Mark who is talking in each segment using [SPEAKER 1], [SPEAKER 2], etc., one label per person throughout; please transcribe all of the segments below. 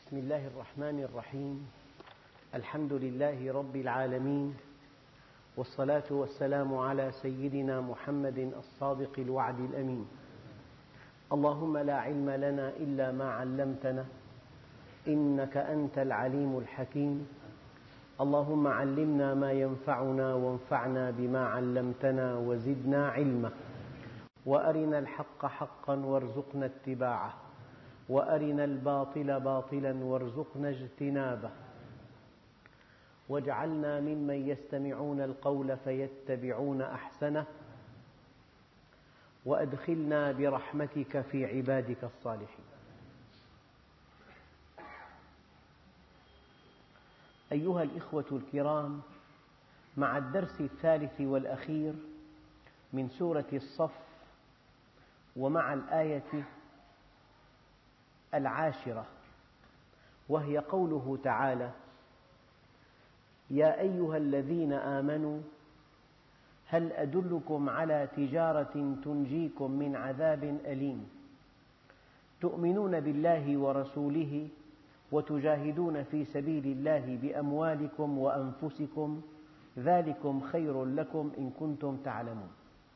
[SPEAKER 1] بسم الله الرحمن الرحيم. الحمد لله رب العالمين، والصلاة والسلام على سيدنا محمد الصادق الوعد الأمين. اللهم لا علم لنا إلا ما علمتنا إنك أنت العليم الحكيم. اللهم علمنا ما ينفعنا وانفعنا بما علمتنا وزدنا علما، وأرنا الحق حقا وارزقنا اتباعه، وأرنا الباطل باطلا وارزقنا اجتنابه، واجعلنا ممن يستمعون القول فيتبعون أحسنه، وأدخلنا برحمتك في عبادك الصالحين. أيها الإخوة الكرام، مع الدرس الثالث والأخير من سورة الصف، ومع الآية 10، وهي قوله تعالى: يا أيها الذين آمنوا هل أدلكم على تجارة تنجيكم من عذاب أليم تؤمنون بالله ورسوله وتجاهدون في سبيل الله بأموالكم وأنفسكم ذلكم خير لكم إن كنتم تعلمون.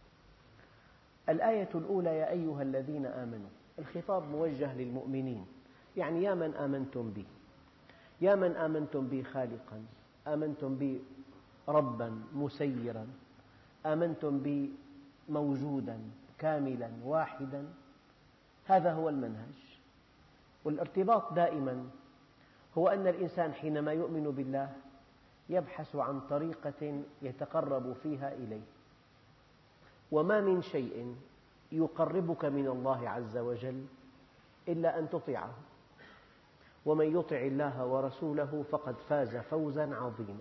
[SPEAKER 1] الآية الأولى: يا أيها الذين آمنوا، الخطاب موجه للمؤمنين، يعني يا من آمنتم بي، يا من آمنتم بي خالقا، آمنتم بي ربا مسيرا، آمنتم بي موجودا كاملا واحدا. هذا هو المنهج. والارتباط دائما هو أن الإنسان حينما يؤمن بالله يبحث عن طريقة يتقرب فيها إليه، وما من شيء يقربك من الله عز وجل إلا أن تطيعه، ومن يطع الله ورسوله فقد فاز فوزا عظيما.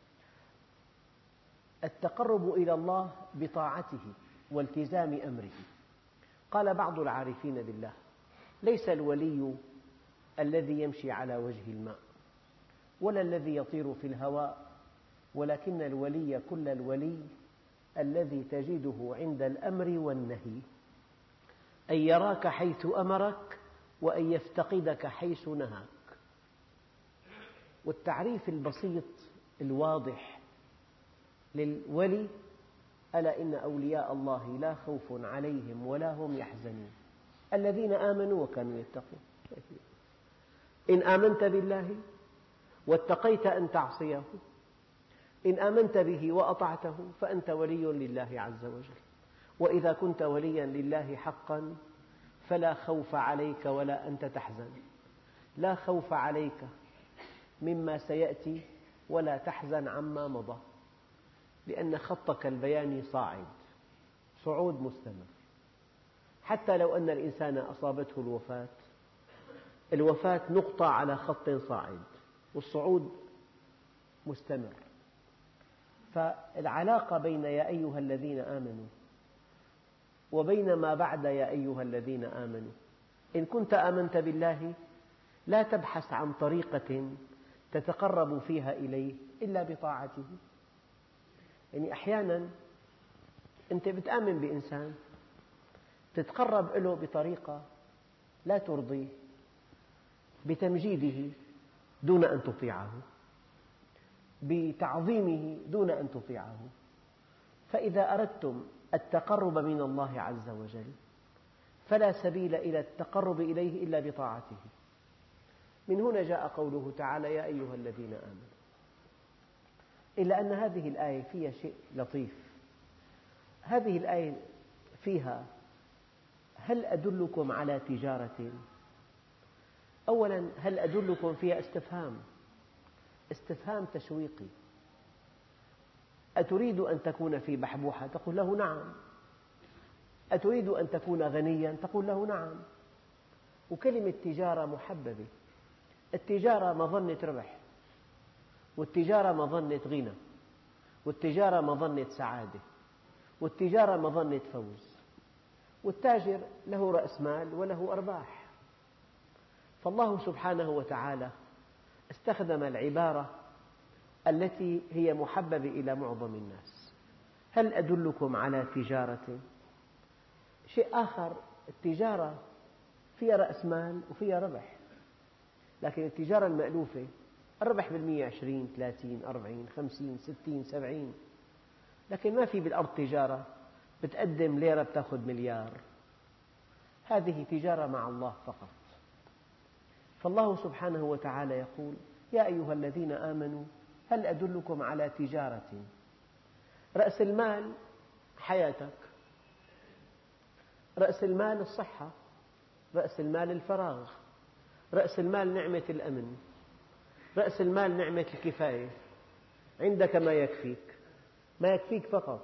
[SPEAKER 1] التقرب إلى الله بطاعته والتزام أمره. قال بعض العارفين بالله: ليس الولي الذي يمشي على وجه الماء، ولا الذي يطير في الهواء، ولكن الولي كل الولي الذي تجده عند الأمر والنهي، أن يراك حيث أمرك وأن يفتقدك حيث نهاك. والتعريف البسيط الواضح للولي: ألا إن أولياء الله لا خوف عليهم ولا هم يحزنون الذين آمنوا وكانوا يتقون. إن آمنت بالله واتقيت أن تعصيه، إن آمنت به وأطعته فأنت ولي لله عز وجل. وإذا كنت وليا لله حقا فلا خوف عليك ولا أنت تحزن، لا خوف عليك مما سيأتي ولا تحزن عما مضى، لأن خطك البياني صاعد، صعود مستمر. حتى لو أن الإنسان أصابته الوفاة نقطة على خط صاعد، والصعود مستمر. فالعلاقة بين يا أيها الذين آمنوا وبين ما بعد يا أيها الذين آمنوا: إن كنت آمنت بالله لا تبحث عن طريقة تتقرب فيها إليه إلا بطاعته. يعني أحيانا أنت بتآمن بإنسان تتقرب له بطريقة لا ترضيه، بتمجيده دون أن تطيعه، بتعظيمه دون أن تطيعه. فإذا أردتم التقرب من الله عز وجل فلا سبيل إلى التقرب إليه إلا بطاعته. من هنا جاء قوله تعالى: يا أيها الذين آمنوا. إلا أن هذه الآية فيها شيء لطيف. هذه الآية فيها: هل أدلكم على تجارة؟ أولا، هل أدلكم فيها استفهام تشويقي. أتريد أن تكون في بحبوحة؟ تقول له نعم. أتريد أن تكون غنيا؟ تقول له نعم. وكلمة تجارة محببة. التجارة مظنة ربح، والتجارة مظنة غنى، والتجارة مظنة سعادة، والتجارة مظنة فوز. والتاجر له رأس مال وله أرباح. فالله سبحانه وتعالى استخدم العبارة التي هي محببة إلى معظم الناس: هل أدلكم على تجارة؟ شيء آخر، التجارة فيها رأس مال وفيها ربح. لكن التجارة المألوفة الربح بالمئة 20 30 40 50 60 70، لكن ما في بالأرض تجارة بتقدم ليرة بتأخذ مليار. هذه تجارة مع الله فقط. فالله سبحانه وتعالى يقول: يا أيها الذين آمنوا هل أدلكم على تجارة. رأس المال حياتك، رأس المال الصحة، رأس المال الفراغ، رأس المال نعمة الأمن، رأس المال نعمة الكفاية. عندك ما يكفيك، ما يكفيك فقط،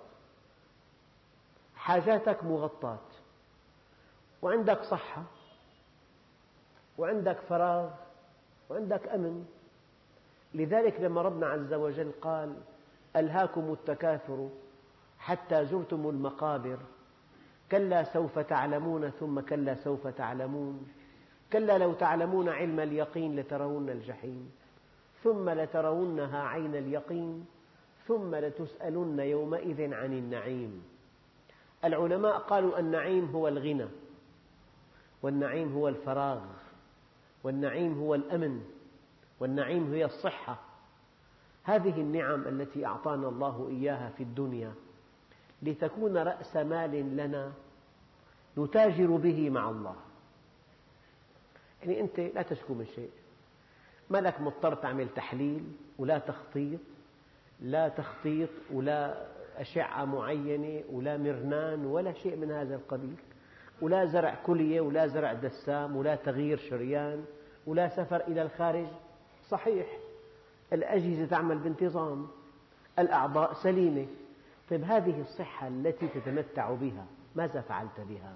[SPEAKER 1] حاجاتك مغطاة، وعندك صحة، وعندك فراغ، وعندك أمن. لذلك لما ربنا عز وجل قال: ألهاكم التكاثر حتى زرتم المقابر كلا سوف تعلمون ثم كلا سوف تعلمون كلا لو تعلمون علم اليقين لترون الجحيم ثم لترونها عين اليقين ثم لتسألن يومئذ عن النعيم. العلماء قالوا النعيم هو الغنى، والنعيم هو الفراغ، والنعيم هو الأمن، والنعيم هي الصحة. هذه النعم التي أعطانا الله إياها في الدنيا لتكون رأس مال لنا نتاجر به مع الله. يعني أنت لا تشكو من شيء، ما لك مضطر تعمل تحليل ولا تخطيط، لا تخطيط ولا أشعة معينة ولا مرنان ولا شيء من هذا القبيل، ولا زرع كلية ولا زرع دسام ولا تغيير شريان ولا سفر إلى الخارج. صحيح الأجهزة تعمل بانتظام، الأعضاء سليمة. طيب هذه الصحة التي تتمتع بها ماذا فعلت بها؟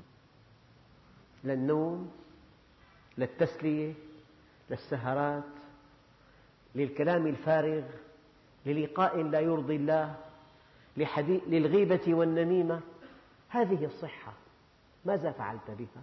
[SPEAKER 1] للنوم، للتسلية، للسهرات، للكلام الفارغ، للقاء لا يرضي الله، للغيبة والنميمة. هذه الصحة ماذا فعلت بها؟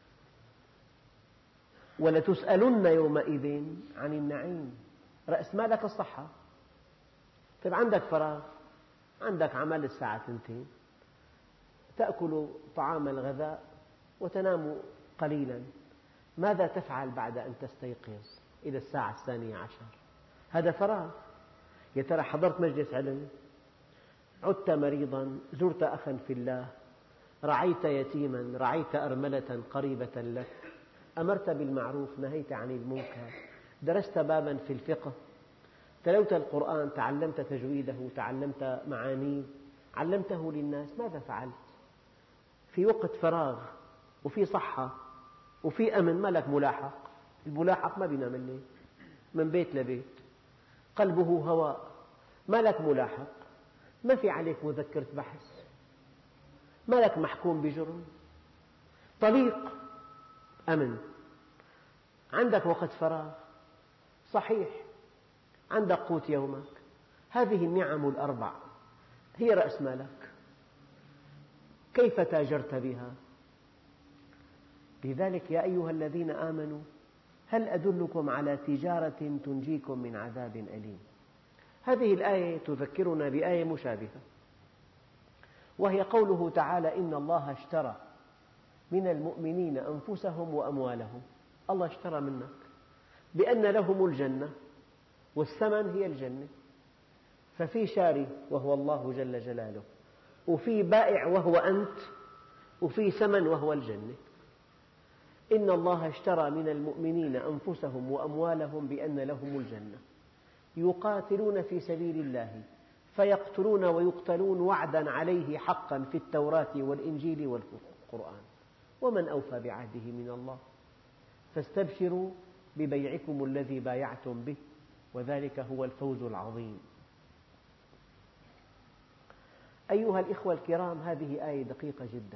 [SPEAKER 1] ولتسألن يومئذ عن النعيم. رأس مالك الصحة. طيب عندك فراغ، عندك عمل الساعة 2، تأكل طعام الغذاء وتنام قليلا. ماذا تفعل بعد أن تستيقظ إلى الساعة 12؟ هذا فراغ. يا ترى حضرت مجلس علم؟ عدت مريضا؟ زرت أخا في الله؟ رعيت يتيما؟ رعيت أرملة قريبة لك؟ أمرت بالمعروف؟ نهيت عن المنكر؟ درست بابا في الفقه؟ تلوت القرآن؟ تعلمت تجويده؟ تعلمت معانيه؟ علمته للناس؟ ماذا فعلت؟ في وقت فراغ وفي صحة وفي أمن، ما لك ملاحق. الملاحق ما بينام الليل من بيت لبيت، قلبه هواء. ما لك ملاحق، ما في عليك مذكرة بحث، ما لك محكوم بجرم، طليق، أمن. عندك وقت فراغ، صحيح عندك قوت يومك. هذه النعم الأربع هي رأس مالك. كيف تاجرت بها؟ لذلك يا أيها الذين آمنوا هل أدلكم على تجارة تنجيكم من عذاب أليم. هذه الآية تذكرنا بآية مشابهة، وهي قوله تعالى: إن الله اشترى من المؤمنين أنفسهم وأموالهم. الله اشترى منك بأن لهم الجنة، والثمن هي الجنة. ففي شاري وهو الله جل جلاله، وفي بائع وهو أنت، وفي ثمن وهو الجنة. إن الله اشترى من المؤمنين أنفسهم وأموالهم بأن لهم الجنة يقاتلون في سبيل الله فيقتلون ويقتلون وعدا عليه حقا في التوراة والإنجيل والقرآن ومن أوفى بعهده من الله فاستبشروا ببيعكم الذي بايعتم به وذلك هو الفوز العظيم. أيها الإخوة الكرام، هذه آية دقيقة جدا.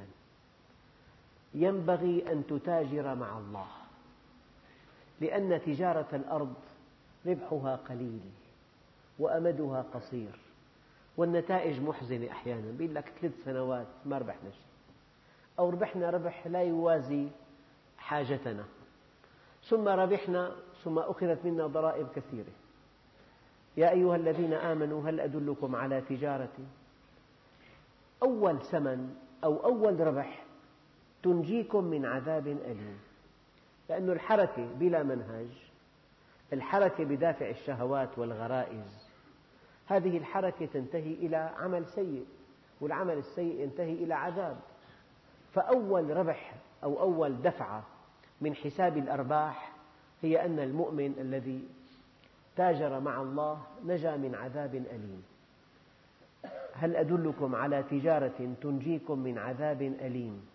[SPEAKER 1] ينبغي أن تتاجر مع الله، لأن تجارة الأرض ربحها قليل وأمدها قصير والنتائج محزنة. أحيانا يقول لك 3 سنوات ما ربحنا شيء، أو ربحنا ربح لا يوازي حاجتنا، ثم ربحنا ثم أخذت منا ضرائب كثيرة. يا أيها الذين آمنوا هل أدلكم على تجارة. أول ثمن أو أول ربح تنجيكم من عذاب أليم، لأن الحركة بلا منهج الحركة بدافع الشهوات والغرائز، هذه الحركة تنتهي إلى عمل سيء، والعمل السيء ينتهي إلى عذاب. فأول ربح أو أول دفعة من حساب الأرباح هي أن المؤمن الذي تاجر مع الله نجا من عذاب أليم. هل أدلكم على تجارة تنجيكم من عذاب أليم؟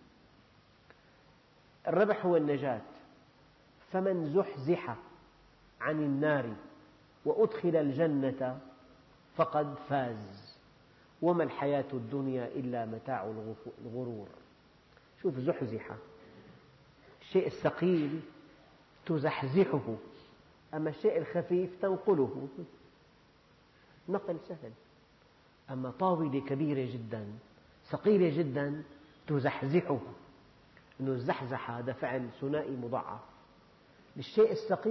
[SPEAKER 1] الربح هو النجاة، فمن زحزح عن النار وأدخل الجنة فقد فاز، وما الحياة الدنيا إلا متاع الغرور. شوف زحزح، الشيء الثقيل تزحزحه، أما الشيء الخفيف تنقله، نقل سهل. أما طاولة كبيرة جدا ثقيلة جدا تزحزحه، أنه الزحزحة هذا فعل ثنائي مضاعف. للشيء الثقيل